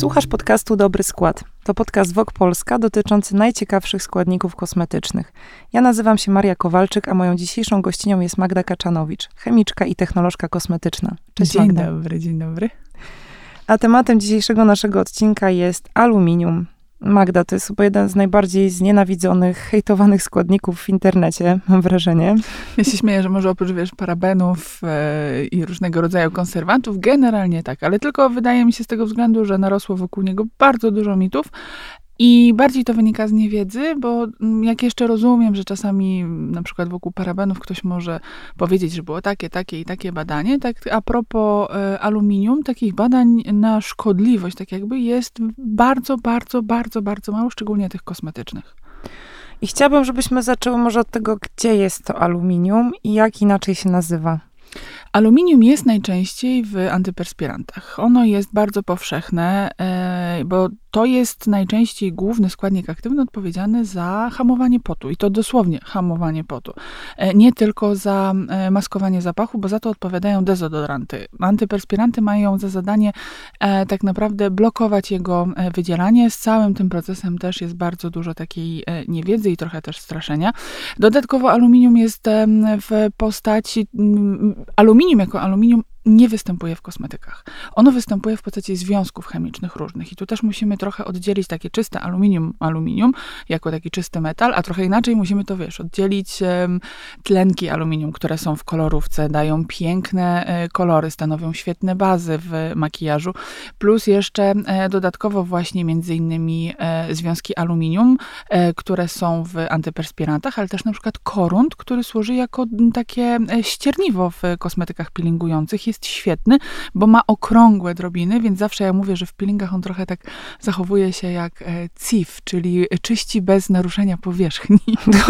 Słuchasz podcastu Dobry Skład. To podcast Vogue Polska dotyczący najciekawszych składników kosmetycznych. Ja nazywam się Maria Kowalczyk, a moją dzisiejszą gościnią jest Magda Kaczanowicz, chemiczka i technolożka kosmetyczna. Cześć Magda. Dzień dobry. A tematem dzisiejszego naszego odcinka jest aluminium. Magda, to jest chyba jeden z najbardziej znienawidzonych, hejtowanych składników w internecie, mam wrażenie. Ja się śmieję, że może oprócz, parabenów i różnego rodzaju konserwantów, generalnie tak, ale tylko wydaje mi się z tego względu, że narosło wokół niego bardzo dużo mitów i bardziej to wynika z niewiedzy, bo jak jeszcze rozumiem, że czasami na przykład wokół parabenów ktoś może powiedzieć, że było takie i takie badanie, tak a propos aluminium, takich badań na szkodliwość, tak jakby jest bardzo mało, szczególnie tych kosmetycznych. I chciałabym, żebyśmy zaczęły może od tego, gdzie jest to aluminium i jak inaczej się nazywa. Aluminium jest najczęściej w antyperspirantach. Ono jest bardzo powszechne, bo to jest najczęściej główny składnik aktywny odpowiedzialny za hamowanie potu. I to dosłownie hamowanie potu. Nie tylko za maskowanie zapachu, bo za to odpowiadają dezodoranty. Antyperspiranty mają za zadanie tak naprawdę blokować jego wydzielanie. Z całym tym procesem też jest bardzo dużo takiej niewiedzy i trochę też straszenia. Dodatkowo aluminium jest w postaci... Aluminium jako aluminium nie występuje w kosmetykach. Ono występuje w postaci związków chemicznych różnych. I tu też musimy trochę oddzielić takie czyste aluminium jako taki czysty metal, a trochę inaczej musimy to, oddzielić tlenki aluminium, które są w kolorówce, dają piękne kolory, stanowią świetne bazy w makijażu. Plus jeszcze dodatkowo właśnie między innymi związki aluminium, które są w antyperspirantach, ale też na przykład korund, który służy jako takie ścierniwo w kosmetykach peelingujących. Jest świetny, bo ma okrągłe drobiny, więc zawsze ja mówię, że w peelingach on trochę tak zachowuje się jak CIF, czyli czyści bez naruszenia powierzchni.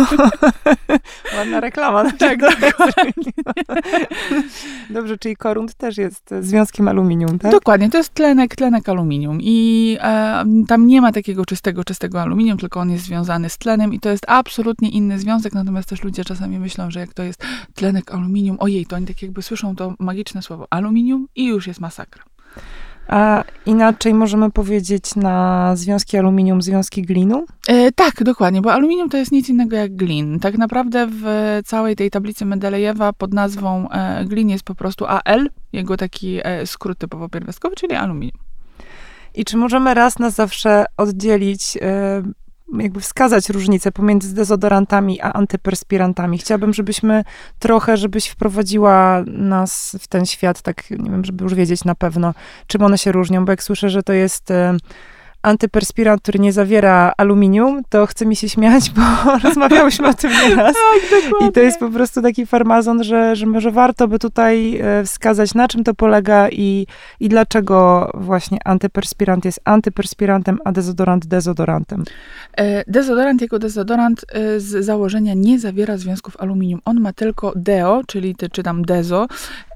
Ładna reklama. Tak, dokładnie. Dobrze, czyli korund też jest związkiem aluminium, tak? Dokładnie, to jest tlenek aluminium i tam nie ma takiego czystego aluminium, tylko on jest związany z tlenem i to jest absolutnie inny związek, natomiast też ludzie czasami myślą, że jak to jest tlenek aluminium, ojej, to oni tak jakby słyszą to magiczne słowo aluminium i już jest masakra. A inaczej możemy powiedzieć na związki aluminium, związki glinu? Tak, dokładnie, bo aluminium to jest nic innego jak glin. Tak naprawdę w całej tej tablicy Mendelejewa pod nazwą glin jest po prostu Al, jego taki skrót typowo pierwiastkowy, czyli aluminium. I czy możemy raz na zawsze oddzielić, jakby wskazać różnicę pomiędzy dezodorantami a antyperspirantami? Chciałabym, żebyś wprowadziła nas w ten świat, tak, nie wiem, żeby już wiedzieć na pewno, czym one się różnią, bo jak słyszę, że to jest antyperspirant, który nie zawiera aluminium, to chce mi się śmiać, bo rozmawiałyśmy o tym nieraz. Tak, dokładnie. I to jest po prostu taki farmazon, że może warto by tutaj wskazać, na czym to polega i dlaczego właśnie antyperspirant jest antyperspirantem, a dezodorant dezodorantem. Dezodorant jako dezodorant z założenia nie zawiera związków aluminium. On ma tylko deo, czyli czy tam dezo,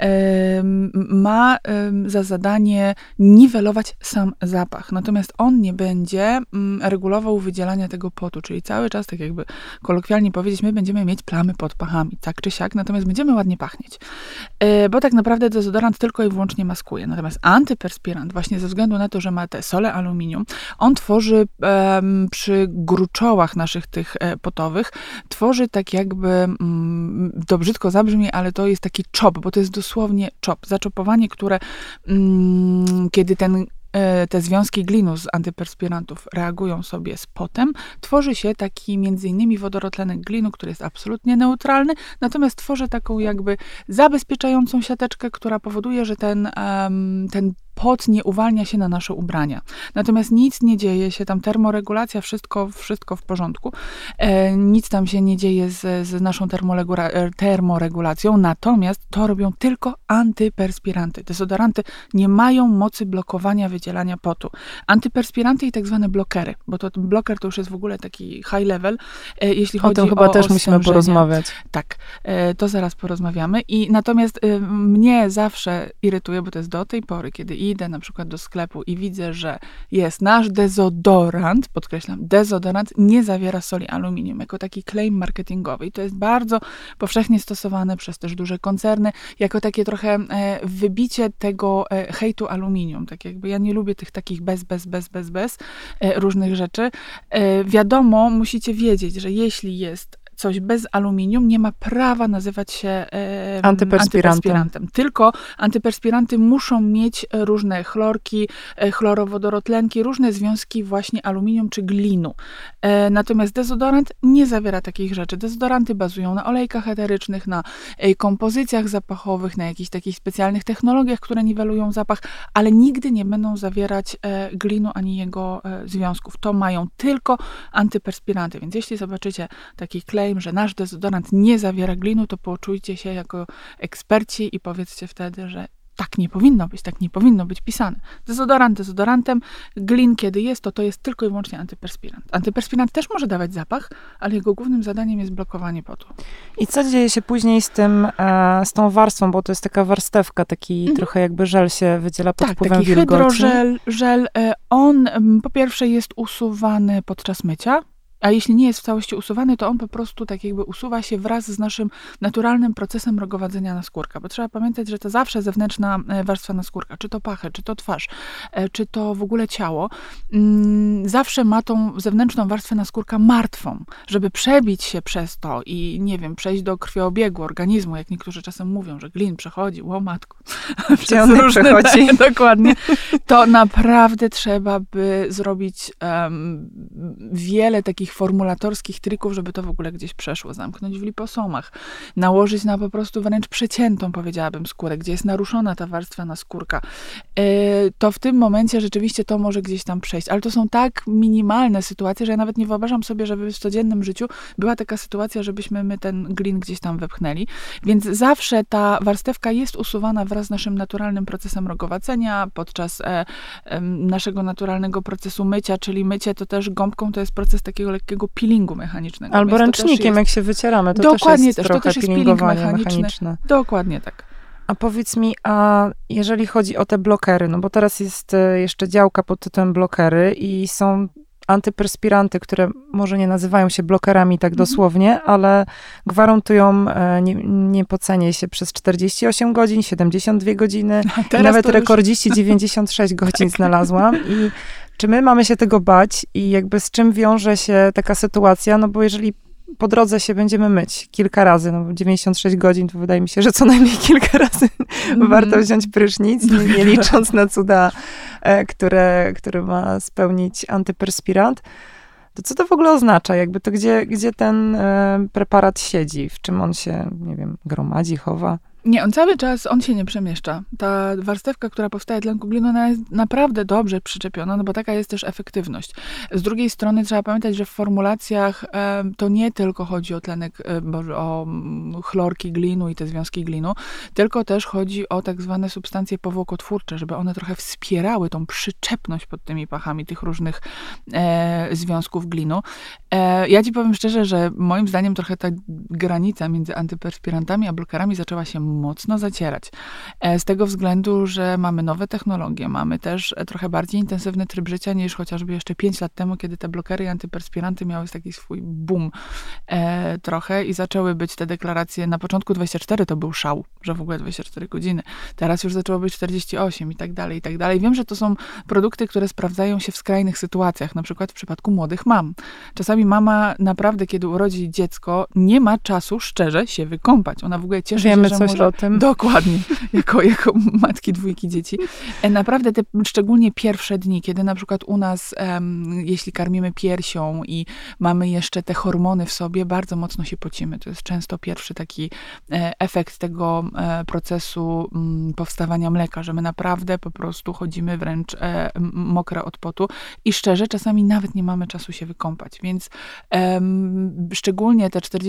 ma za zadanie niwelować sam zapach. Natomiast on nie będzie regulował wydzielania tego potu, czyli cały czas, tak jakby kolokwialnie powiedzieć, my będziemy mieć plamy pod pachami, tak czy siak, natomiast będziemy ładnie pachnieć. Bo tak naprawdę dezodorant tylko i wyłącznie maskuje. Natomiast antyperspirant, właśnie ze względu na to, że ma te sole aluminium, on tworzy przy gruczołach naszych tych potowych, tworzy tak jakby, to brzydko zabrzmi, ale to jest taki czop, bo to jest dosłownie czop, zaczopowanie, które kiedy te związki glinu z antyperspirantów reagują sobie z potem, tworzy się taki między innymi wodorotlenek glinu, który jest absolutnie neutralny, natomiast tworzy taką jakby zabezpieczającą siateczkę, która powoduje, że ten pot nie uwalnia się na nasze ubrania. Natomiast nic nie dzieje się, tam termoregulacja, wszystko w porządku. Nic tam się nie dzieje z naszą termoregulacją, natomiast to robią tylko antyperspiranty. Dezodoranty nie mają mocy blokowania wydzielania potu. Antyperspiranty i tak zwane blokery, bo to bloker to już jest w ogóle taki high level, jeśli chodzi o... O tym chyba też musimy porozmawiać. Tak, to zaraz porozmawiamy. I natomiast mnie zawsze irytuje, bo to jest do tej pory, kiedy idę na przykład do sklepu i widzę, że jest nasz dezodorant, podkreślam, dezodorant nie zawiera soli aluminium, jako taki claim marketingowy. I to jest bardzo powszechnie stosowane przez też duże koncerny, jako takie trochę wybicie tego hejtu aluminium. Tak jakby ja nie lubię tych takich bez różnych rzeczy. Wiadomo, musicie wiedzieć, że jeśli jest coś bez aluminium, nie ma prawa nazywać się antyperspirantem. Tylko antyperspiranty muszą mieć różne chlorki, chlorowodorotlenki, różne związki właśnie aluminium czy glinu. Natomiast dezodorant nie zawiera takich rzeczy. Dezodoranty bazują na olejkach eterycznych, na kompozycjach zapachowych, na jakichś takich specjalnych technologiach, które niwelują zapach, ale nigdy nie będą zawierać glinu ani jego związków. To mają tylko antyperspiranty. Więc jeśli zobaczycie taki claim, że nasz dezodorant nie zawiera glinu, to poczujcie się jako eksperci i powiedzcie wtedy, że tak nie powinno być pisane. Dezodorant dezodorantem, glin kiedy jest, to jest tylko i wyłącznie antyperspirant. Antyperspirant też może dawać zapach, ale jego głównym zadaniem jest blokowanie potu. I co dzieje się później z tą warstwą, bo to jest taka warstewka, taki trochę jakby żel się wydziela pod wpływem wilgoci. Taki hydrożel, on po pierwsze jest usuwany podczas mycia, a jeśli nie jest w całości usuwany, to on po prostu tak jakby usuwa się wraz z naszym naturalnym procesem rogowadzenia naskórka. Bo trzeba pamiętać, że to zawsze zewnętrzna warstwa naskórka, czy to pachę, czy to twarz, czy to w ogóle ciało, zawsze ma tą zewnętrzną warstwę naskórka martwą, żeby przebić się przez to i nie wiem, przejść do krwiobiegu organizmu, jak niektórzy czasem mówią, że glin przechodzi, matko. Gdzie on przechodzi. Dokładnie. To naprawdę trzeba by zrobić wiele takich formulatorskich trików, żeby to w ogóle gdzieś przeszło, zamknąć w liposomach, nałożyć na po prostu wręcz przeciętą, powiedziałabym, skórę, gdzie jest naruszona ta warstwa naskórka. To w tym momencie rzeczywiście to może gdzieś tam przejść, ale to są tak minimalne sytuacje, że ja nawet nie wyobrażam sobie, żeby w codziennym życiu była taka sytuacja, żebyśmy my ten glin gdzieś tam wepchnęli, więc zawsze ta warstewka jest usuwana wraz z naszym naturalnym procesem rogowacenia, podczas naszego naturalnego procesu mycia, czyli mycie to też gąbką, to jest proces takiego lekkiego peelingu mechanicznego. Albo ręcznikiem, jak się wycieramy, to dokładnie też jest trochę peelingowanie mechaniczne. Dokładnie tak. A powiedz mi, a jeżeli chodzi o te blokery, no bo teraz jest jeszcze działka pod tytułem blokery i są antyperspiranty, które może nie nazywają się blokerami tak dosłownie, ale gwarantują niepocenie się przez 48 godzin, 72 godziny, i nawet rekordziści 96 godzin znalazłam. I czy my mamy się tego bać i jakby z czym wiąże się taka sytuacja? No bo jeżeli po drodze się będziemy myć kilka razy, no bo 96 godzin, to wydaje mi się, że co najmniej kilka razy warto wziąć prysznic, nie licząc na cuda, które ma spełnić antyperspirant. To co to w ogóle oznacza? Jakby to gdzie ten preparat siedzi? W czym on się, nie wiem, gromadzi, chowa? Nie, on cały czas, on się nie przemieszcza. Ta warstewka, która powstaje tlenku glinu, ona jest naprawdę dobrze przyczepiona, no bo taka jest też efektywność. Z drugiej strony trzeba pamiętać, że w formulacjach to nie tylko chodzi o tlenek, o chlorki glinu i te związki glinu, tylko też chodzi o tak zwane substancje powłokotwórcze, żeby one trochę wspierały tą przyczepność pod tymi pachami tych różnych związków glinu. Ja ci powiem szczerze, że moim zdaniem trochę ta granica między antyperspirantami a blokerami zaczęła się mocno zacierać. Z tego względu, że mamy nowe technologie, mamy też trochę bardziej intensywny tryb życia niż chociażby jeszcze 5 lat temu, kiedy te blokery i antyperspiranty miały taki swój boom trochę i zaczęły być te deklaracje. Na początku 24 to był szał, że w ogóle 24 godziny. Teraz już zaczęło być 48 i tak dalej, i tak dalej. Wiem, że to są produkty, które sprawdzają się w skrajnych sytuacjach, na przykład w przypadku młodych mam. Czasami mama naprawdę, kiedy urodzi dziecko, nie ma czasu szczerze się wykąpać. Ona w ogóle cieszy się, że coś o tym. Dokładnie, jako matki 2 dzieci. Naprawdę te szczególnie pierwsze dni, kiedy na przykład u nas, jeśli karmimy piersią i mamy jeszcze te hormony w sobie, bardzo mocno się pocimy. To jest często pierwszy taki efekt tego procesu powstawania mleka, że my naprawdę po prostu chodzimy wręcz mokre od potu i szczerze, czasami nawet nie mamy czasu się wykąpać. Więc szczególnie te 48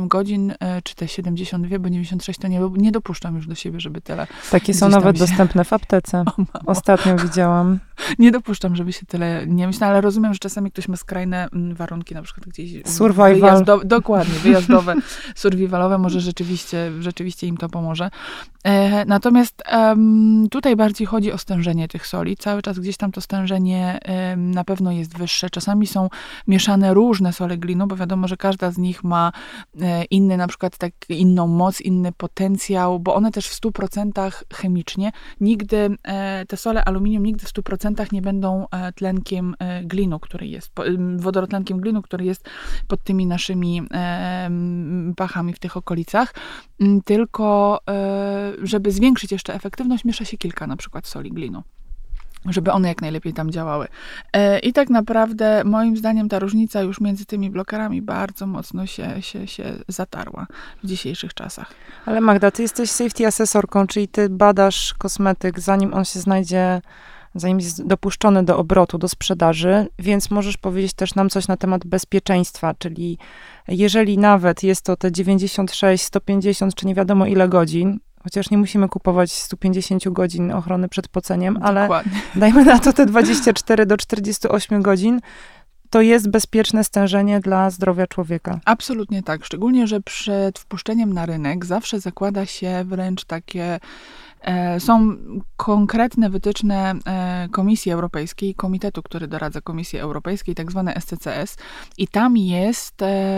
48 godzin, czy te 72, bo 96 to nie dopuszczam już do siebie, żeby tyle. Takie są nawet dostępne w aptece. Ostatnio widziałam. Nie dopuszczam, żeby się tyle nie myśleć, ale rozumiem, że czasami ktoś ma skrajne warunki, na przykład gdzieś survival. Dokładnie, wyjazdowe, survivalowe, może rzeczywiście im to pomoże. Natomiast tutaj bardziej chodzi o stężenie tych soli. Cały czas gdzieś tam to stężenie na pewno jest wyższe. Czasami są mieszane różne sole glinu, bo wiadomo, że każda z nich ma inny, na przykład inną moc, inny potencjał, bo one też w 100% chemicznie, nigdy te sole aluminium nigdy w 100% nie będą tlenkiem glinu, który jest, wodorotlenkiem glinu, który jest pod tymi naszymi pachami w tych okolicach, tylko żeby zwiększyć jeszcze efektywność, miesza się kilka na przykład soli glinu, żeby one jak najlepiej tam działały. I tak naprawdę moim zdaniem ta różnica już między tymi blokerami bardzo mocno się zatarła w dzisiejszych czasach. Ale Magda, ty jesteś safety asesorką, czyli ty badasz kosmetyk, zanim on się znajdzie, zanim jest dopuszczony do obrotu, do sprzedaży, więc możesz powiedzieć też nam coś na temat bezpieczeństwa, czyli jeżeli nawet jest to te 96, 150 czy nie wiadomo ile godzin, chociaż nie musimy kupować 150 godzin ochrony przed poceniem, ale dajmy na to te 24 do 48 godzin, to jest bezpieczne stężenie dla zdrowia człowieka. Absolutnie tak. Szczególnie, że przed wpuszczeniem na rynek zawsze zakłada się wręcz takie... Są konkretne wytyczne Komisji Europejskiej, komitetu, który doradza Komisji Europejskiej, tak zwane SCCS, i tam jest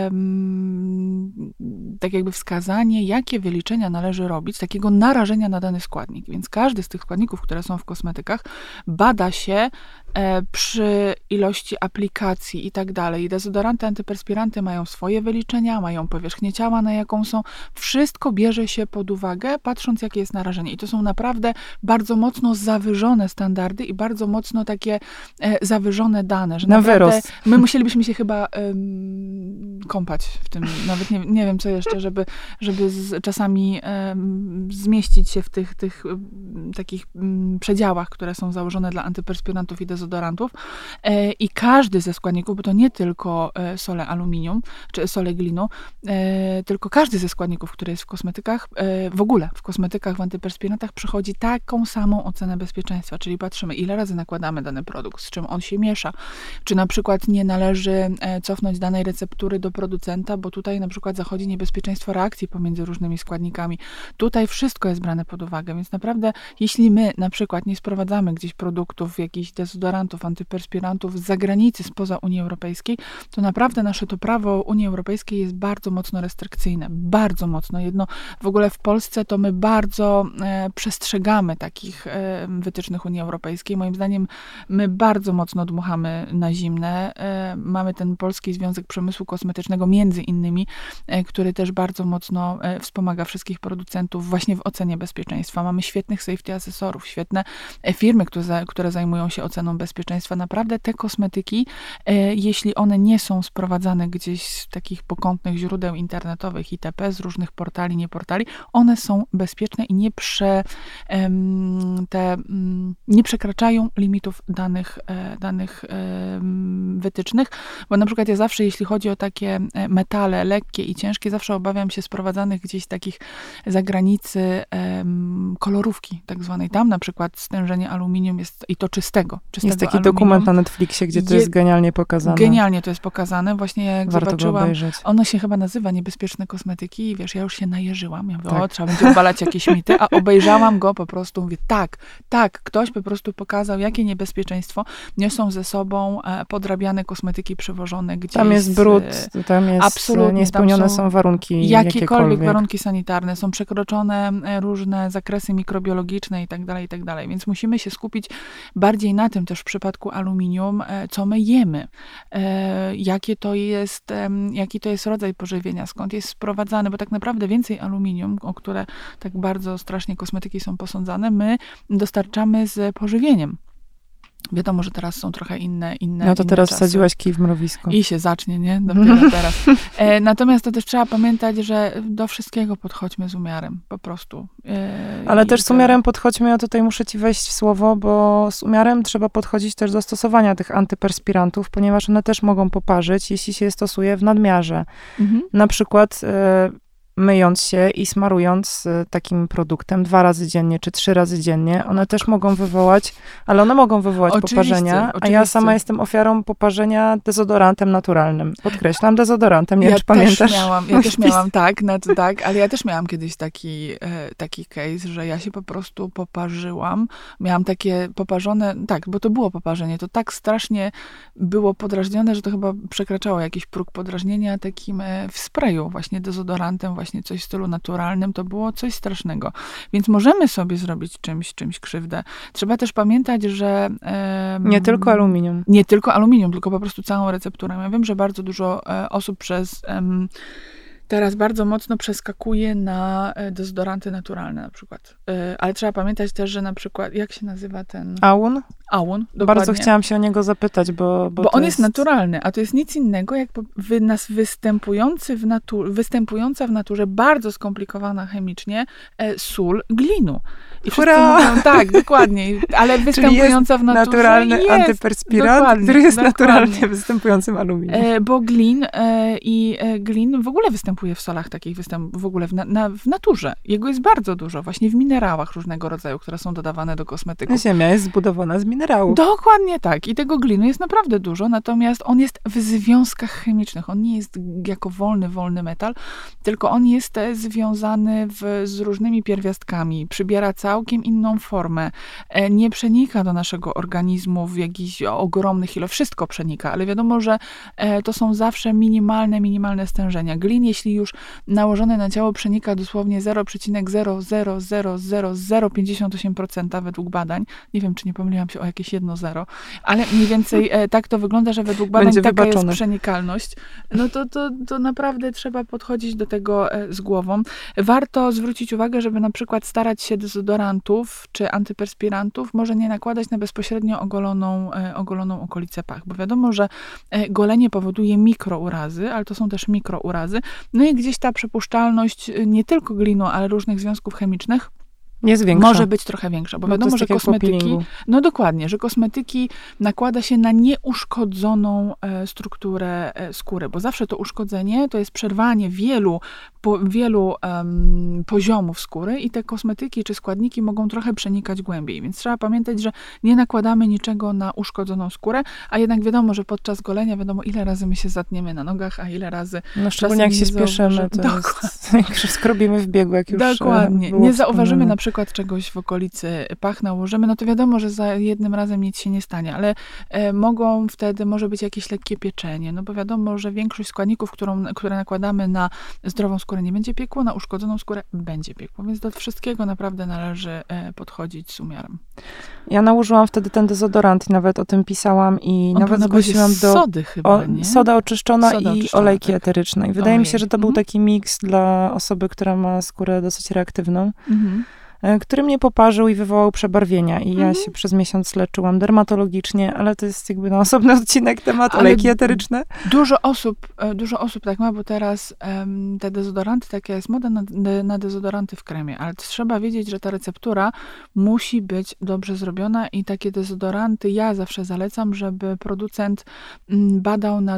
tak jakby wskazanie, jakie wyliczenia należy robić, takiego narażenia na dany składnik. Więc każdy z tych składników, które są w kosmetykach, bada się przy ilości aplikacji i tak dalej. Dezodoranty, antyperspiranty mają swoje wyliczenia, mają powierzchnię ciała, na jaką są. Wszystko bierze się pod uwagę, patrząc, jakie jest narażenie. I to są naprawdę bardzo mocno zawyżone standardy i bardzo mocno takie zawyżone dane, że na naprawdę wyrost. My musielibyśmy się chyba kąpać w tym, nawet nie wiem co jeszcze, żeby czasami zmieścić się w tych takich przedziałach, które są założone dla antyperspirantów i dezodorantów. I każdy ze składników, bo to nie tylko sole aluminium, czy sole glinu, tylko każdy ze składników, który jest w kosmetykach, w ogóle w kosmetykach, w antyperspirantach przechodzi taką samą ocenę bezpieczeństwa, czyli patrzymy, ile razy nakładamy dany produkt, z czym on się miesza, czy na przykład nie należy cofnąć danej receptury do producenta, bo tutaj na przykład zachodzi niebezpieczeństwo reakcji pomiędzy różnymi składnikami. Tutaj wszystko jest brane pod uwagę, więc naprawdę, jeśli my na przykład nie sprowadzamy gdzieś produktów, jakichś dezodorantów, antyperspirantów z zagranicy, spoza Unii Europejskiej, to naprawdę nasze to prawo Unii Europejskiej jest bardzo mocno restrykcyjne, bardzo mocno. W ogóle w Polsce to my bardzo przestrzegamy takich wytycznych Unii Europejskiej. Moim zdaniem my bardzo mocno dmuchamy na zimne. Mamy ten Polski Związek Przemysłu Kosmetycznego między innymi, który też bardzo mocno wspomaga wszystkich producentów właśnie w ocenie bezpieczeństwa. Mamy świetnych safety asesorów, świetne firmy, które zajmują się oceną bezpieczeństwa. Naprawdę te kosmetyki, jeśli one nie są sprowadzane gdzieś z takich pokątnych źródeł internetowych itp., z różnych portali, nie portali, one są bezpieczne i nie przekraczają limitów danych wytycznych, bo na przykład ja zawsze, jeśli chodzi o takie metale lekkie i ciężkie, zawsze obawiam się sprowadzanych gdzieś takich zagranicy kolorówki tak zwanej. Tam na przykład stężenie aluminium jest, i to czystego jest taki aluminium. dokument na Netflixie, gdzie to jest genialnie pokazane. Genialnie to jest pokazane. Właśnie jak warto zobaczyłam, ono się chyba nazywa Niebezpieczne kosmetyki i wiesz, ja już się najeżyłam. Ja mówię, tak. trzeba będzie obalać jakieś mity, a obejrzałam go po prostu, mówię, tak, ktoś po prostu pokazał, jakie niebezpieczeństwo niosą ze sobą podrabiane kosmetyki przywożone gdzieś. Tam jest brud, tam jest absolutnie, niespełnione są warunki jakiekolwiek warunki sanitarne, są przekroczone różne zakresy mikrobiologiczne i tak dalej, więc musimy się skupić bardziej na tym też w przypadku aluminium, co my jemy, jaki to jest rodzaj pożywienia, skąd jest sprowadzany, bo tak naprawdę więcej aluminium, o które tak bardzo strasznie kosmetyki są posądzane, my dostarczamy z pożywieniem. Wiadomo, że teraz są trochę inne No to inne teraz czasy. wsadziłaś kij w mrowisko. I się zacznie, nie? Dopiero teraz. Natomiast to też trzeba pamiętać, że do wszystkiego podchodźmy z umiarem, po prostu. Ale też z umiarem podchodźmy, ja tutaj muszę ci wejść w słowo, bo z umiarem trzeba podchodzić też do stosowania tych antyperspirantów, ponieważ one też mogą poparzyć, jeśli się je stosuje w nadmiarze. Na przykład myjąc się i smarując takim produktem 2 razy dziennie, czy 3 razy dziennie, one też mogą wywołać, ale one mogą wywołać poparzenia, a ja sama jestem ofiarą poparzenia dezodorantem naturalnym. Podkreślam, dezodorantem, nie wiem, czy pamiętasz? Ja też miałam, tak, ale ja też miałam kiedyś taki case, że ja się po prostu poparzyłam. Miałam takie poparzone, tak, bo to było poparzenie, to tak strasznie było podrażnione, że to chyba przekraczało jakiś próg podrażnienia takim w sprayu, właśnie dezodorantem, właśnie coś w stylu naturalnym, to było coś strasznego. Więc możemy sobie zrobić czymś krzywdę. Trzeba też pamiętać, że... nie tylko aluminium. Nie tylko aluminium, tylko po prostu całą recepturę. Ja wiem, że bardzo dużo osób teraz bardzo mocno przeskakuje na dezodoranty naturalne na przykład. Ale trzeba pamiętać też, że na przykład, jak się nazywa ten... Aun? Aun, dokładnie. Bardzo chciałam się o niego zapytać, bo on jest naturalny, a to jest nic innego, jak występująca w naturze, bardzo skomplikowana chemicznie, sól glinu. I wszyscy mówią, tak, dokładnie, ale występująca w naturze naturalny antyperspirant, który jest naturalnie występującym aluminium. Bo glin glin w ogóle występuje w solach takich, w ogóle w naturze. Jego jest bardzo dużo, właśnie w minerałach różnego rodzaju, które są dodawane do kosmetyków. Ziemia jest zbudowana z minerałów. Dokładnie tak. I tego glinu jest naprawdę dużo, natomiast on jest w związkach chemicznych. On nie jest jako wolny metal, tylko on jest związany z różnymi pierwiastkami. Przybiera całkiem inną formę. Nie przenika do naszego organizmu w jakichś ogromnych ilościach. Wszystko przenika, ale wiadomo, że to są zawsze minimalne stężenia. Glin, jeśli już nałożony na ciało, przenika dosłownie 0,0000058% według badań. Nie wiem, czy nie pomyliłam się o jakieś 1,0, ale mniej więcej tak to wygląda, że według badań taka jest przenikalność. No to naprawdę trzeba podchodzić do tego z głową. Warto zwrócić uwagę, żeby na przykład starać się dezodorantów czy antyperspirantów może nie nakładać na bezpośrednio ogoloną okolicę pach, bo wiadomo, że golenie powoduje mikrourazy, ale to są też mikrourazy. No i gdzieś ta przepuszczalność nie tylko glinu, ale różnych związków chemicznych jest większa. Może być trochę większa, bo wiadomo, że kosmetyki... No dokładnie, że kosmetyki nakłada się na nieuszkodzoną strukturę skóry, bo zawsze to uszkodzenie to jest przerwanie wielu poziomów skóry i te kosmetyki czy składniki mogą trochę przenikać głębiej, więc trzeba pamiętać, że nie nakładamy niczego na uszkodzoną skórę, a jednak wiadomo, że podczas golenia wiadomo, ile razy my się zatniemy na nogach, a ile razy... No szczególnie jak się spieszymy, to jak skrobimy w biegu, jak już dokładnie. Nie zauważymy na przykład czegoś w okolicy pach, nałożymy, no to wiadomo, że za jednym razem nic się nie stanie, ale może być jakieś lekkie pieczenie, no bo wiadomo, że większość składników, które nakładamy na zdrową skórę, nie będzie piekło, na uszkodzoną skórę będzie piekło, więc do wszystkiego naprawdę należy podchodzić z umiarem. Ja nałożyłam wtedy ten dezodorant i nawet o tym pisałam i nawet zgłosiłam do sody chyba, nie? Soda oczyszczona i olejki eteryczne. I wydaje mi się, że to był taki miks dla osoby, która ma skórę dosyć reaktywną. Który mnie poparzył i wywołał przebarwienia. I ja się przez miesiąc leczyłam dermatologicznie, ale to jest jakby na osobny odcinek temat olejki eteryczne. Dużo osób tak ma, bo teraz te dezodoranty, taka jest moda na dezodoranty w kremie, ale trzeba wiedzieć, że ta receptura musi być dobrze zrobiona i takie dezodoranty ja zawsze zalecam, żeby producent badał na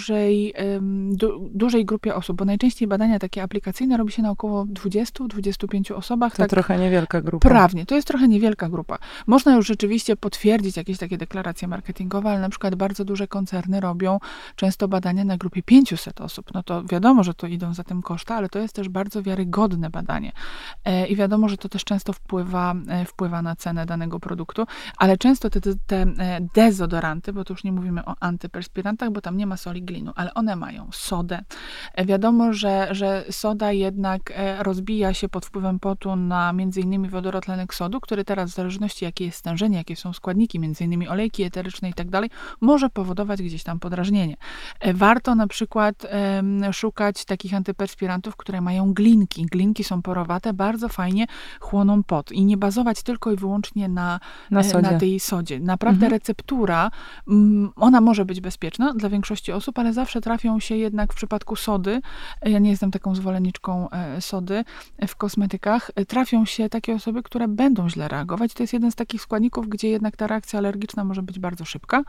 dużej grupie osób, bo najczęściej badania takie aplikacyjne robi się na około 20-25 osobach. To trochę niewielka grupa. Prawnie, to jest trochę niewielka grupa. Można już rzeczywiście potwierdzić jakieś takie deklaracje marketingowe, ale na przykład bardzo duże koncerny robią często badania na grupie 500 osób. No to wiadomo, że to idą za tym koszta, ale to jest też bardzo wiarygodne badanie. I wiadomo, że to też często wpływa na cenę danego produktu, ale często te dezodoranty, bo tu już nie mówimy o antyperspirantach, bo tam nie ma soli glinu, ale one mają sodę. Wiadomo, że soda jednak rozbija się pod wpływem potu na między między innymi wodorotlenek sodu, który teraz w zależności jakie jest stężenie, jakie są składniki, między innymi olejki eteryczne i tak dalej, może powodować gdzieś tam podrażnienie. Warto na przykład szukać takich antyperspirantów, które mają glinki. Glinki są porowate, bardzo fajnie chłoną pot i nie bazować tylko i wyłącznie na tej sodzie. Naprawdę receptura, ona może być bezpieczna dla większości osób, ale zawsze trafią się jednak w przypadku sody, ja nie jestem taką zwolenniczką sody w kosmetykach, trafią się takie osoby, które będą źle reagować. To jest jeden z takich składników, gdzie jednak ta reakcja alergiczna może być bardzo szybka.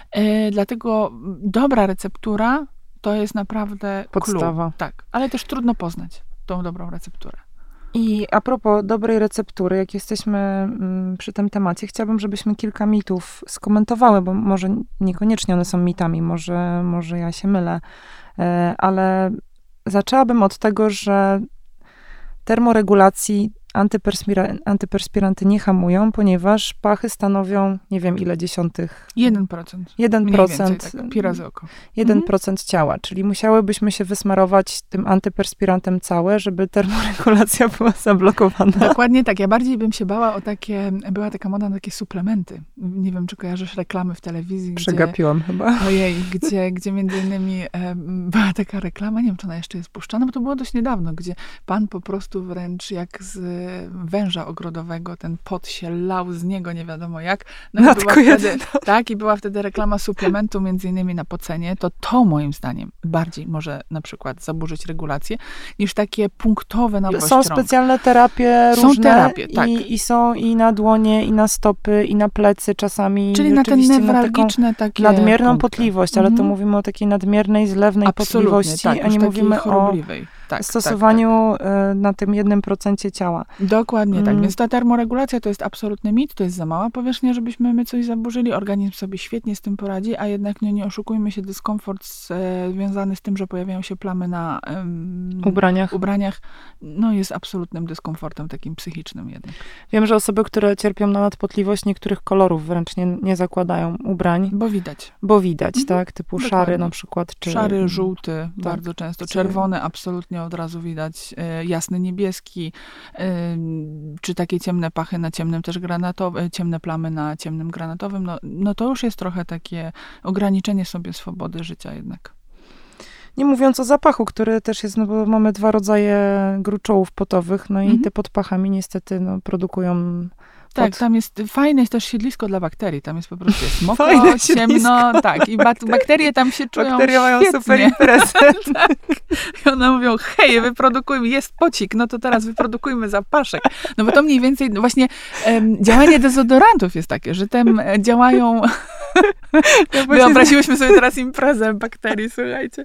Dlatego dobra receptura to jest naprawdę podstawa. Clue. Tak, ale też trudno poznać tą dobrą recepturę. I a propos dobrej receptury, jak jesteśmy przy tym temacie, chciałabym, żebyśmy kilka mitów skomentowały, bo może niekoniecznie one są mitami, może ja się mylę, ale zaczęłabym od tego, że termoregulacji antyperspiranty nie hamują, ponieważ pachy stanowią, nie wiem ile dziesiątych. 1%. 1%. Tak, pi razy oko. 1% ciała, czyli musiałybyśmy się wysmarować tym antyperspirantem całe, żeby termoregulacja była zablokowana. Dokładnie tak. Ja bardziej bym się bała o była taka moda na takie suplementy. Nie wiem, czy kojarzysz reklamy w telewizji. Przegapiłam chyba. Ojej, gdzie między innymi była taka reklama, nie wiem, czy ona jeszcze jest puszczana, bo to było dość niedawno, gdzie pan po prostu wręcz jak z węża ogrodowego, ten pot się lał z niego, nie wiadomo jak. No i była wtedy reklama suplementu, między innymi na pocenie. To moim zdaniem bardziej może na przykład zaburzyć regulację, niż takie punktowe nawość Są specjalne terapie różne. Są terapie, tak. I są i na dłonie, i na stopy, i na plecy czasami. Czyli na te newralgiczne takie nadmierną punkty. Potliwość, ale to mówimy o takiej nadmiernej, zlewnej potliwości, tak, a nie mówimy chorobliwej. o stosowaniu na tym 1% ciała. Dokładnie tak. Więc ta termoregulacja to jest absolutny mit, to jest za mała powierzchnia, żebyśmy my coś zaburzyli. Organizm sobie świetnie z tym poradzi, a jednak nie oszukujmy się, dyskomfort związany z tym, że pojawiają się plamy na ubraniach, no jest absolutnym dyskomfortem takim psychicznym jednak. Wiem, że osoby, które cierpią na nadpotliwość, niektórych kolorów wręcz nie zakładają ubrań. Bo widać, tak? Typu dokładnie. Szary na przykład. Szary, żółty, bardzo często. Czerwony absolutnie od razu widać. Jasny niebieski, czy takie ciemne pachy na ciemnym też granatowym, ciemne plamy na ciemnym granatowym. No to już jest trochę takie ograniczenie sobie swobody życia jednak. Nie mówiąc o zapachu, który też jest, no bo mamy 2 rodzaje gruczołów potowych, no i te pod pachami niestety produkują tak, tam jest fajne też siedlisko dla bakterii. Tam jest po prostu mokro, ciemno. Tak, i bakterie tam się czują Bakterie mają świetnie. super imprezę. Tak. I one mówią, hej, wyprodukujmy, jest pocik, no to teraz wyprodukujmy zapaszek. No bo to mniej więcej właśnie działanie dezodorantów jest takie, że tam działają... Wyobraziłyśmy sobie teraz imprezę bakterii, słuchajcie.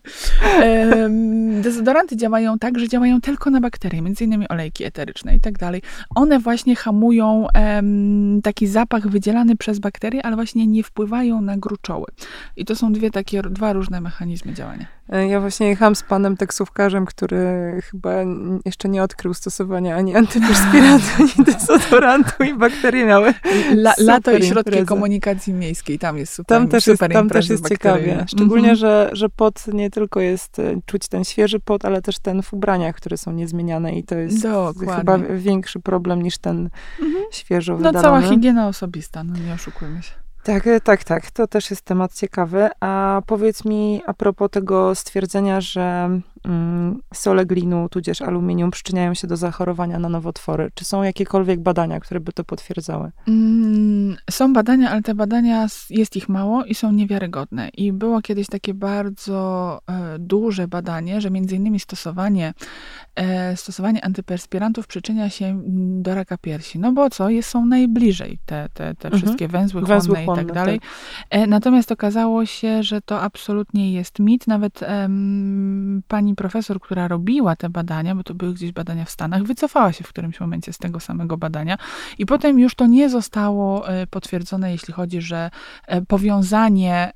Dezodoranty działają tak, że działają tylko na bakterie, między innymi olejki eteryczne i tak dalej. One właśnie hamują taki zapach wydzielany przez bakterie, ale właśnie nie wpływają na gruczoły. I to są 2 różne mechanizmy działania. Ja właśnie jechałam z panem taksówkarzem, który chyba jeszcze nie odkrył stosowania ani antyperspirantu, ani dezodorantu i bakterie miały lato i środki komunikacji miejskiej. Tam jest super. Tam też jest ciekawie. Szczególnie, że pot nie tylko jest, czuć ten świeży pot, ale też ten w ubraniach, które są niezmieniane i to jest chyba większy problem niż ten świeżo wydalony. No cała higiena osobista, nie oszukujmy się. Tak. To też jest temat ciekawy. A powiedz mi a propos tego stwierdzenia, że sole glinu, tudzież aluminium przyczyniają się do zachorowania na nowotwory. Czy są jakiekolwiek badania, które by to potwierdzały? Są badania, ale te badania, jest ich mało i są niewiarygodne. I było kiedyś takie bardzo duże badanie, że między innymi stosowanie antyperspirantów przyczynia się do raka piersi. No bo są najbliżej te wszystkie węzły chłonne i tak dalej. Tak. Natomiast okazało się, że to absolutnie jest mit. Nawet pani profesor, która robiła te badania, bo to były gdzieś badania w Stanach, wycofała się w którymś momencie z tego samego badania i potem już to nie zostało potwierdzone, jeśli chodzi, że powiązanie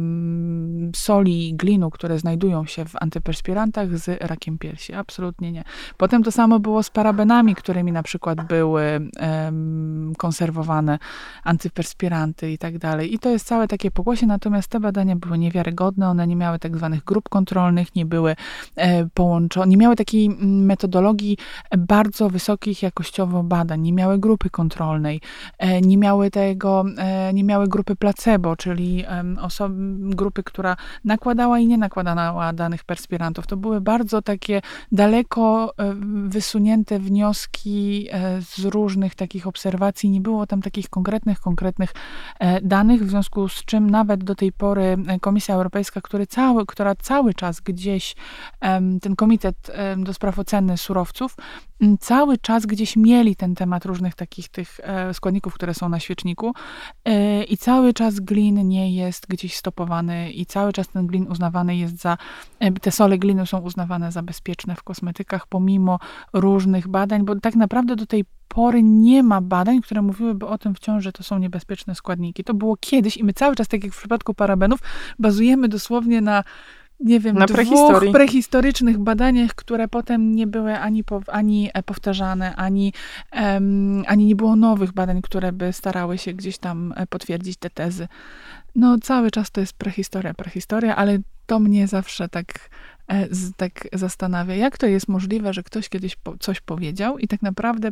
soli i glinu, które znajdują się w antyperspirantach z rakiem piersi. Absolutnie nie. Potem to samo było z parabenami, którymi na przykład były konserwowane antyperspiranty i tak dalej. I to jest całe takie pokłosie, natomiast te badania były niewiarygodne, one nie miały tak zwanych grup kontrolnych, nie były połączone, nie miały takiej metodologii bardzo wysokich jakościowo badań, nie miały grupy kontrolnej, nie miały grupy placebo, czyli grupy, która nakładała i nie nakładała danych perspirantów. To były bardzo takie daleko wysunięte wnioski z różnych takich obserwacji. Nie było tam takich konkretnych danych, w związku z czym nawet do tej pory Komisja Europejska, która cały czas gdzieś, ten Komitet do Spraw Oceny Surowców, cały czas gdzieś mieli ten temat różnych takich tych składników, które są na świeczniku i cały czas glin nie jest gdzieś stopowany i cały czas ten glin uznawany jest te sole glinu są uznawane za bezpieczne w kosmetykach, pomimo różnych badań, bo tak naprawdę do tej pory nie ma badań, które mówiłyby o tym wciąż, że to są niebezpieczne składniki. To było kiedyś i my cały czas, tak jak w przypadku parabenów, bazujemy dosłownie na dwóch prehistorycznych badaniach, które potem nie były ani powtarzane, ani nie było nowych badań, które by starały się gdzieś tam potwierdzić te tezy. No cały czas to jest prehistoria, ale to mnie zawsze tak zastanawia, jak to jest możliwe, że ktoś kiedyś coś powiedział i tak naprawdę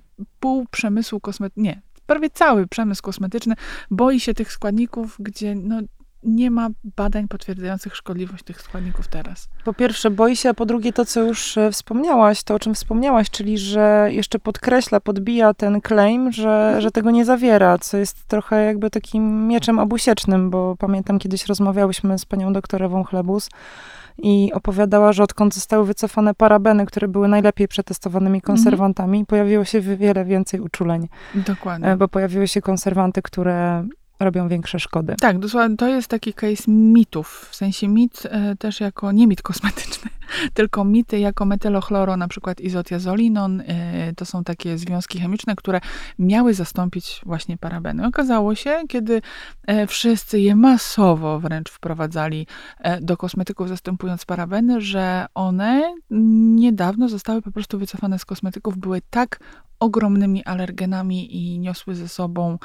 prawie cały przemysł kosmetyczny boi się tych składników, gdzie nie ma badań potwierdzających szkodliwość tych składników teraz. Po pierwsze boi się, a po drugie to, o czym wspomniałaś, czyli że jeszcze podbija ten claim, że tego nie zawiera, co jest trochę jakby takim mieczem obusiecznym, bo pamiętam kiedyś rozmawiałyśmy z panią doktor Ewą Chlebus i opowiadała, że odkąd zostały wycofane parabeny, które były najlepiej przetestowanymi konserwantami, pojawiło się wiele więcej uczuleń. Dokładnie. Bo pojawiły się konserwanty, które robią większe szkody. Tak, dosłownie to jest taki case mitów. W sensie mit też jako, nie mit kosmetyczny, tylko mity jako metylochloro, na przykład izotiazolinon. To są takie związki chemiczne, które miały zastąpić właśnie parabeny. Okazało się, kiedy wszyscy je masowo wręcz wprowadzali do kosmetyków, zastępując parabeny, że one niedawno zostały po prostu wycofane z kosmetyków, były tak ogromnymi alergenami i niosły ze sobą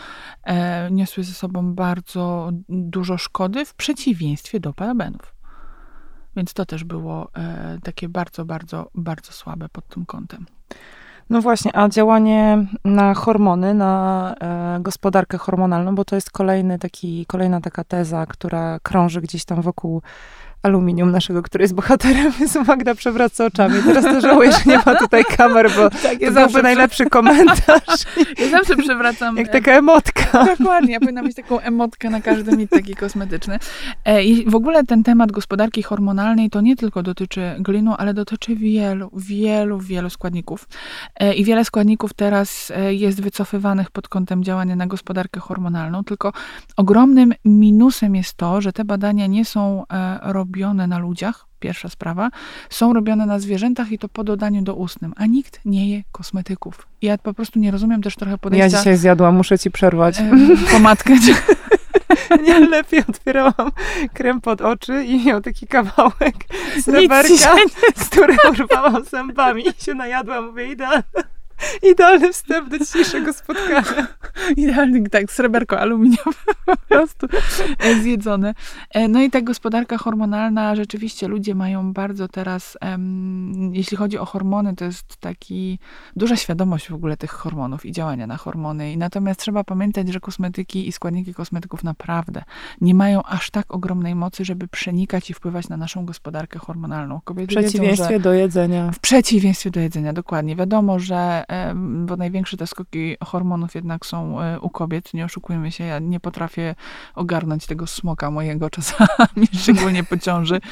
bardzo dużo szkody w przeciwieństwie do parabenów. Więc to też było takie bardzo, bardzo, bardzo słabe pod tym kątem. No właśnie, a działanie na hormony, na gospodarkę hormonalną, bo to jest kolejna taka teza, która krąży gdzieś tam wokół aluminium naszego, który jest bohaterem, więc Magda przewraca oczami. Teraz to żałuję, że nie ma tutaj kamer, bo tak, to byłby najlepszy komentarz. Ja zawsze przewracam. Jak taka emotka. Dokładnie, ja powinna mieć taką emotkę na każdy mit taki kosmetyczny. I w ogóle ten temat gospodarki hormonalnej to nie tylko dotyczy glinu, ale dotyczy wielu składników. I wiele składników teraz jest wycofywanych pod kątem działania na gospodarkę hormonalną, tylko ogromnym minusem jest to, że te badania nie są robione na ludziach, pierwsza sprawa, są robione na zwierzętach i to po dodaniu doustnym, a nikt nie je kosmetyków. Ja po prostu nie rozumiem też trochę podejścia... Ja dzisiaj zjadłam, muszę ci przerwać. Pomadkę. Nie, lepiej otwierałam krem pod oczy i miał taki kawałek sreberka, z którego urwałam zębami i się najadłam, mówię, idealny wstęp do dzisiejszego spotkania. Idealny, tak, sreberko aluminiowe po prostu zjedzone. No i ta gospodarka hormonalna, rzeczywiście ludzie mają bardzo teraz, jeśli chodzi o hormony, to jest duża świadomość w ogóle tych hormonów i działania na hormony. I natomiast trzeba pamiętać, że kosmetyki i składniki kosmetyków naprawdę nie mają aż tak ogromnej mocy, żeby przenikać i wpływać na naszą gospodarkę hormonalną. Kobiety w przeciwieństwie do jedzenia. W przeciwieństwie do jedzenia, dokładnie. Wiadomo, że bo największe te skoki hormonów jednak są u kobiet, nie oszukujmy się, ja nie potrafię ogarnąć tego smoka mojego czasami, szczególnie po ciąży.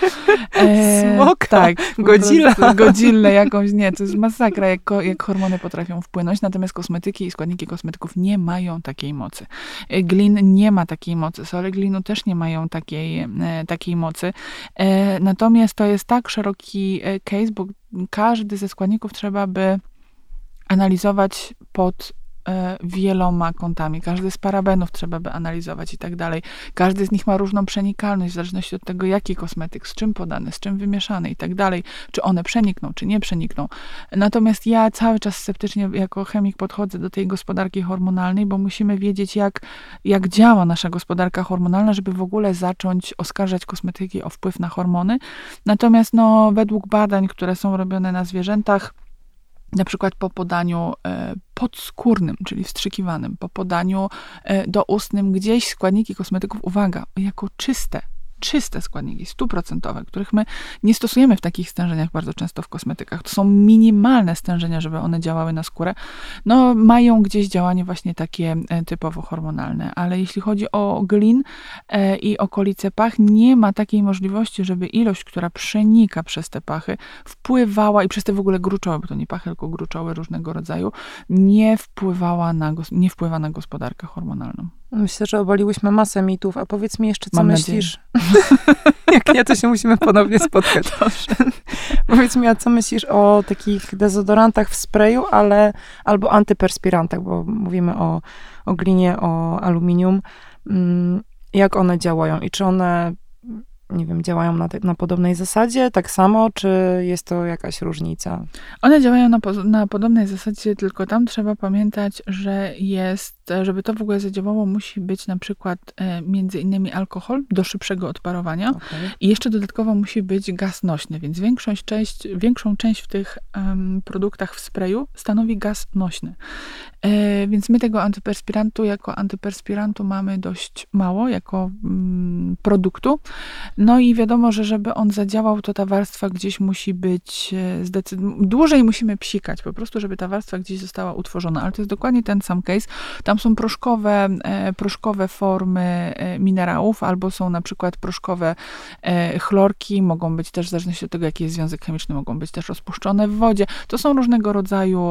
Smoka? Tak. Godzilla jakąś, nie, to jest masakra, jak hormony potrafią wpłynąć, natomiast kosmetyki i składniki kosmetyków nie mają takiej mocy. Glin nie ma takiej mocy, sole glinu też nie mają takiej mocy. Natomiast to jest tak szeroki case, bo każdy ze składników trzeba by analizować pod wieloma kątami. Każdy z parabenów trzeba by analizować i tak dalej. Każdy z nich ma różną przenikalność w zależności od tego, jaki kosmetyk, z czym podany, z czym wymieszany i tak dalej. Czy one przenikną, czy nie przenikną. Natomiast ja cały czas sceptycznie jako chemik podchodzę do tej gospodarki hormonalnej, bo musimy wiedzieć, jak działa nasza gospodarka hormonalna, żeby w ogóle zacząć oskarżać kosmetyki o wpływ na hormony. Natomiast według badań, które są robione na zwierzętach, na przykład po podaniu podskórnym, czyli wstrzykiwanym, po podaniu doustnym, gdzieś składniki kosmetyków, uwaga, jako czyste składniki, 100%, których my nie stosujemy w takich stężeniach bardzo często w kosmetykach. To są minimalne stężenia, żeby one działały na skórę. Mają gdzieś działanie właśnie takie typowo hormonalne, ale jeśli chodzi o glin i okolice pach, nie ma takiej możliwości, żeby ilość, która przenika przez te pachy, wpływała i przez te w ogóle gruczoły, bo to nie pachy, tylko gruczoły różnego rodzaju, nie wpływa na gospodarkę hormonalną. Myślę, że obaliłyśmy masę mitów, a powiedz mi jeszcze, co myślisz? Jak nie, to się musimy ponownie spotkać. Dobrze. Powiedz mi, a co myślisz o takich dezodorantach w sprayu, albo antyperspirantach, bo mówimy o glinie, o aluminium. Jak one działają i czy one, nie wiem, działają na podobnej zasadzie, tak samo, czy jest to jakaś różnica? One działają na podobnej zasadzie, tylko tam trzeba pamiętać, że żeby to w ogóle zadziałało, musi być na przykład między innymi alkohol do szybszego odparowania i jeszcze dodatkowo musi być gaz nośny, więc większą część w tych produktach w sprayu stanowi gaz nośny. Więc my tego antyperspirantu mamy dość mało jako produktu. I wiadomo, że żeby on zadziałał, to ta warstwa gdzieś musi być dłużej musimy psikać, po prostu, żeby ta warstwa gdzieś została utworzona. Ale to jest dokładnie ten sam case. Tam są proszkowe formy minerałów, albo są na przykład proszkowe chlorki, mogą być też, w zależności od tego, jaki jest związek chemiczny, mogą być też rozpuszczone w wodzie. To są różnego rodzaju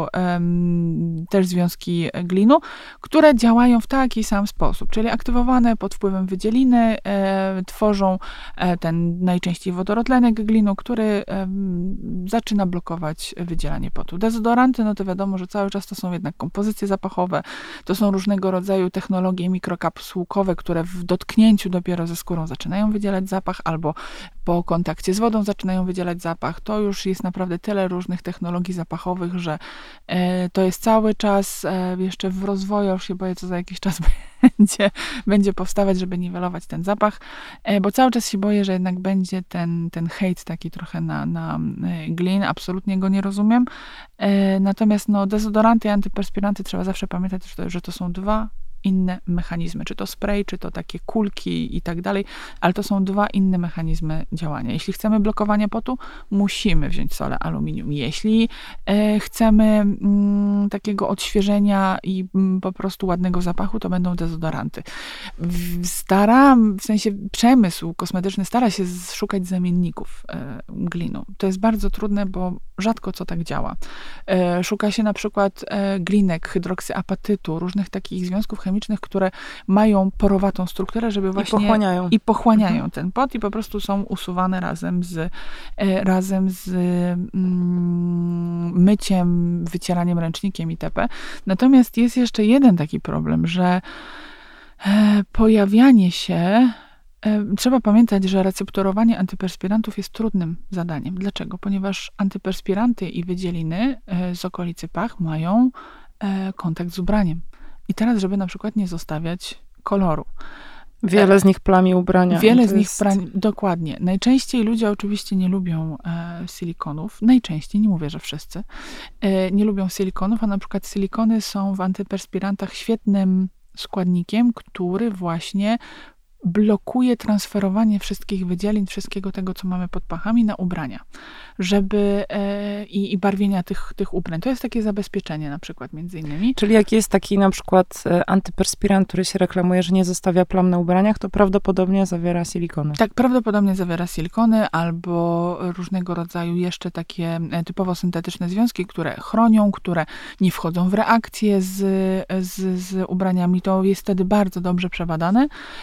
też związki glinu, które działają w taki sam sposób, czyli aktywowane pod wpływem wydzieliny, tworzą ten najczęściej wodorotlenek glinu, który zaczyna blokować wydzielanie potu. Dezodoranty, to wiadomo, że cały czas to są jednak kompozycje zapachowe, to są różnego rodzaju technologie mikrokapsułkowe, które w dotknięciu dopiero ze skórą zaczynają wydzielać zapach, albo po kontakcie z wodą zaczynają wydzielać zapach. To już jest naprawdę tyle różnych technologii zapachowych, że to jest cały czas jeszcze w rozwoju, już się boję, co za jakiś czas będzie powstawać, żeby niwelować ten zapach, bo cały czas się boję, że jednak będzie ten hejt taki trochę na glin. Absolutnie go nie rozumiem. Natomiast dezodoranty i antyperspiranty trzeba zawsze pamiętać, że to są dwa inne mechanizmy, czy to spray, czy to takie kulki i tak dalej, ale to są dwa inne mechanizmy działania. Jeśli chcemy blokowania potu, musimy wziąć solę aluminium. Jeśli chcemy takiego odświeżenia i po prostu ładnego zapachu, to będą dezodoranty. W sensie przemysł kosmetyczny stara się szukać zamienników glinu. To jest bardzo trudne, bo rzadko co tak działa. Szuka się na przykład glinek, hydroksyapatytu, różnych takich związków chemicznych, które mają porowatą strukturę, żeby właśnie... I pochłaniają ten pot i po prostu są usuwane razem z myciem, wycieraniem ręcznikiem itp. Natomiast jest jeszcze jeden taki problem, że pojawianie się... Trzeba pamiętać, że recepturowanie antyperspirantów jest trudnym zadaniem. Dlaczego? Ponieważ antyperspiranty i wydzieliny z okolicy pach mają kontakt z ubraniem. I teraz, żeby na przykład nie zostawiać koloru. Wiele z nich plami ubrania. Dokładnie. Najczęściej ludzie oczywiście nie lubią silikonów. Najczęściej, nie mówię, że wszyscy, nie lubią silikonów, a na przykład silikony są w antyperspirantach świetnym składnikiem, który właśnie blokuje transferowanie wszystkich wydzielin, wszystkiego tego, co mamy pod pachami, na ubrania, żeby i barwienia tych ubrań. To jest takie zabezpieczenie na przykład między innymi. Czyli jak jest taki na przykład antyperspirant, który się reklamuje, że nie zostawia plam na ubraniach, to prawdopodobnie zawiera silikony. Tak, prawdopodobnie zawiera silikony albo różnego rodzaju jeszcze takie typowo syntetyczne związki, które chronią, które nie wchodzą w reakcję z ubraniami. To jest wtedy bardzo dobrze przebadane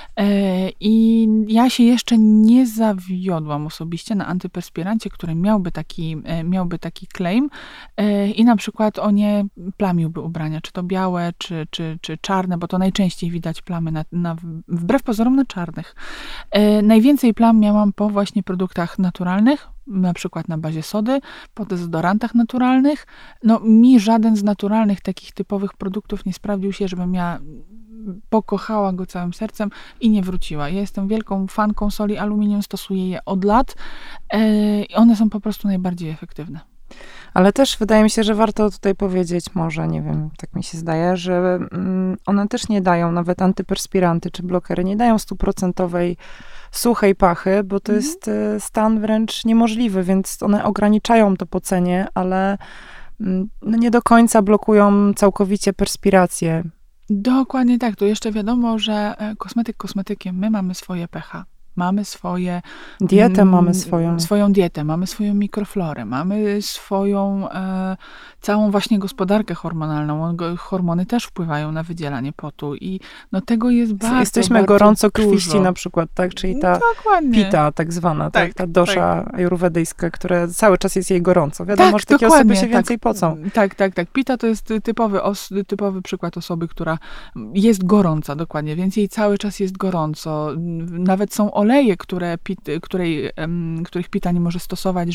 I ja się jeszcze nie zawiodłam osobiście na antyperspirancie, który miałby taki claim i na przykład on nie plamiłby ubrania, czy to białe, czy czarne, bo to najczęściej widać plamy wbrew pozorom na czarnych. Najwięcej plam miałam po właśnie produktach naturalnych, na przykład na bazie sody, po dezodorantach naturalnych. No mi żaden z naturalnych takich typowych produktów nie sprawdził się, żebym ja pokochała go całym sercem i nie wróciła. Ja jestem wielką fanką soli aluminium, stosuję je od lat i one są po prostu najbardziej efektywne. Ale też wydaje mi się, że warto tutaj powiedzieć, może, nie wiem, tak mi się zdaje, że one też nie dają, nawet antyperspiranty czy blokery, nie dają 100% suchej pachy, bo to jest stan wręcz niemożliwy, więc one ograniczają to pocenie, ale no nie do końca blokują całkowicie perspirację. Dokładnie tak. Tu jeszcze wiadomo, że kosmetyk kosmetykiem, my mamy swoje pH. Mamy swoje... Dietę mamy swoją. Swoją dietę, mamy swoją mikroflorę, mamy swoją całą właśnie gospodarkę hormonalną. Hormony też wpływają na wydzielanie potu i no tego jest bardzo, jesteśmy bardzo gorąco dużo. krwiści na przykład, tak? Czyli ta pita tak zwana, tak? Ta dosza ajurwedyjska, która cały czas jest jej gorąco. Wiadomo, że takie osoby się więcej pocą. Tak. Pita to jest typowy przykład osoby, która jest gorąca, dokładnie, więc jej cały czas jest gorąco. Nawet są oleje, których pita nie może stosować,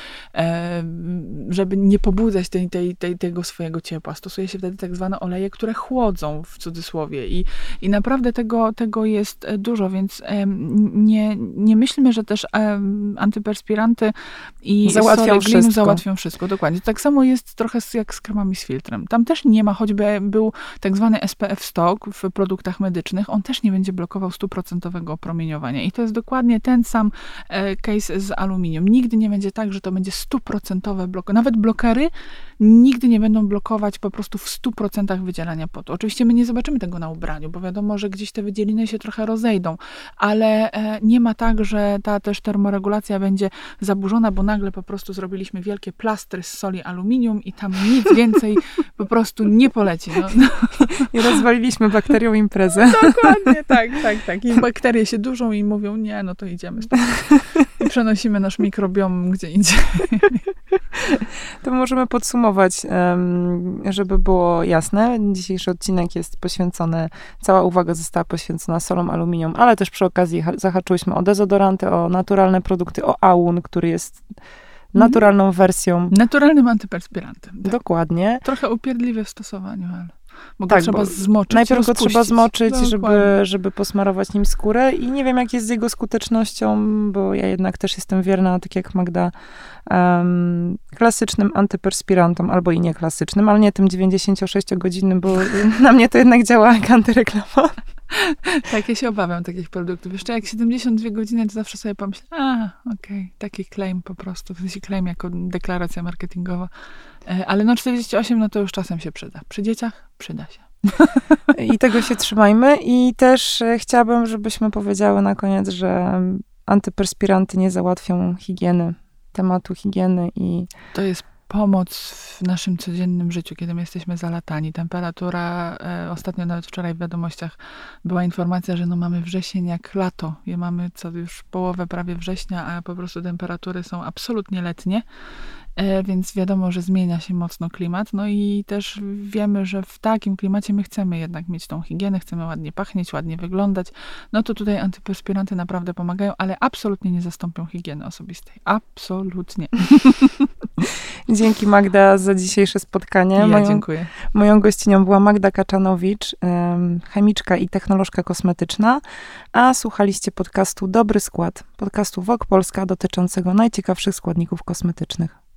żeby nie pobudzać tego swojego ciepła. Stosuje się wtedy tak zwane oleje, które chłodzą, w cudzysłowie. I naprawdę tego jest dużo, więc nie myślmy, że też antyperspiranty i załatwią wszystko. Dokładnie. To tak samo jest trochę jak z kremami z filtrem. Tam też nie ma, choćby był tak zwany SPF 100 w produktach medycznych, on też nie będzie blokował 100% opromieniowania. I to jest dokładnie ten sam case z aluminium. Nigdy nie będzie tak, że to będzie 100% blok. Nawet blokery nigdy nie będą blokować po prostu w 100% wydzielania potu. Oczywiście my nie zobaczymy tego na ubraniu, bo wiadomo, że gdzieś te wydzieliny się trochę rozejdą, ale nie ma tak, że ta też termoregulacja będzie zaburzona, bo nagle po prostu zrobiliśmy wielkie plastry z soli aluminium i tam nic więcej po prostu nie poleci. No. I rozwaliliśmy bakterią imprezę. Dokładnie, tak. I bakterie się dużą i mówią, nie, no to idziemy stąd. I przenosimy nasz mikrobiom gdzie indziej. To możemy podsumować, żeby było jasne. Dzisiejszy odcinek jest poświęcony, cała uwaga została poświęcona solom aluminium, ale też przy okazji zahaczyłyśmy o dezodoranty, o naturalne produkty, o Aun, który jest naturalną wersją. Naturalnym antyperspirantem. Tak. Dokładnie. Trochę upierdliwe w stosowaniu, ale... Bo go trzeba zmoczyć. Najpierw go trzeba zmoczyć, żeby posmarować nim skórę i nie wiem, jak jest z jego skutecznością, bo ja jednak też jestem wierna, tak jak Magda, klasycznym antyperspirantom, albo i nieklasycznym, ale nie tym 96-godzinnym, bo na mnie to jednak działa jak antyreklama. Tak, ja się obawiam takich produktów. Jeszcze jak 72 godziny, to zawsze sobie pomyślę, okej, taki claim po prostu. W sensie claim jako deklaracja marketingowa. Ale no 48, no to już czasem się przyda. Przy dzieciach przyda się. I tego się trzymajmy. I też chciałabym, żebyśmy powiedziały na koniec, że antyperspiranty nie załatwią tematu higieny i... To jest pomoc w naszym codziennym życiu, kiedy my jesteśmy zalatani. Temperatura, ostatnio nawet wczoraj w wiadomościach była informacja, że no mamy wrzesień jak lato. Mamy już połowę prawie września, a po prostu temperatury są absolutnie letnie. Więc wiadomo, że zmienia się mocno klimat. No i też wiemy, że w takim klimacie my chcemy jednak mieć tą higienę, chcemy ładnie pachnieć, ładnie wyglądać. No to tutaj antyperspiranty naprawdę pomagają, ale absolutnie nie zastąpią higieny osobistej. Absolutnie. Dzięki Magda za dzisiejsze spotkanie. Dziękuję. Moją gościnią była Magda Kaczanowicz, chemiczka i technolożka kosmetyczna, a słuchaliście podcastu Dobry Skład, podcastu Vogue Polska dotyczącego najciekawszych składników kosmetycznych.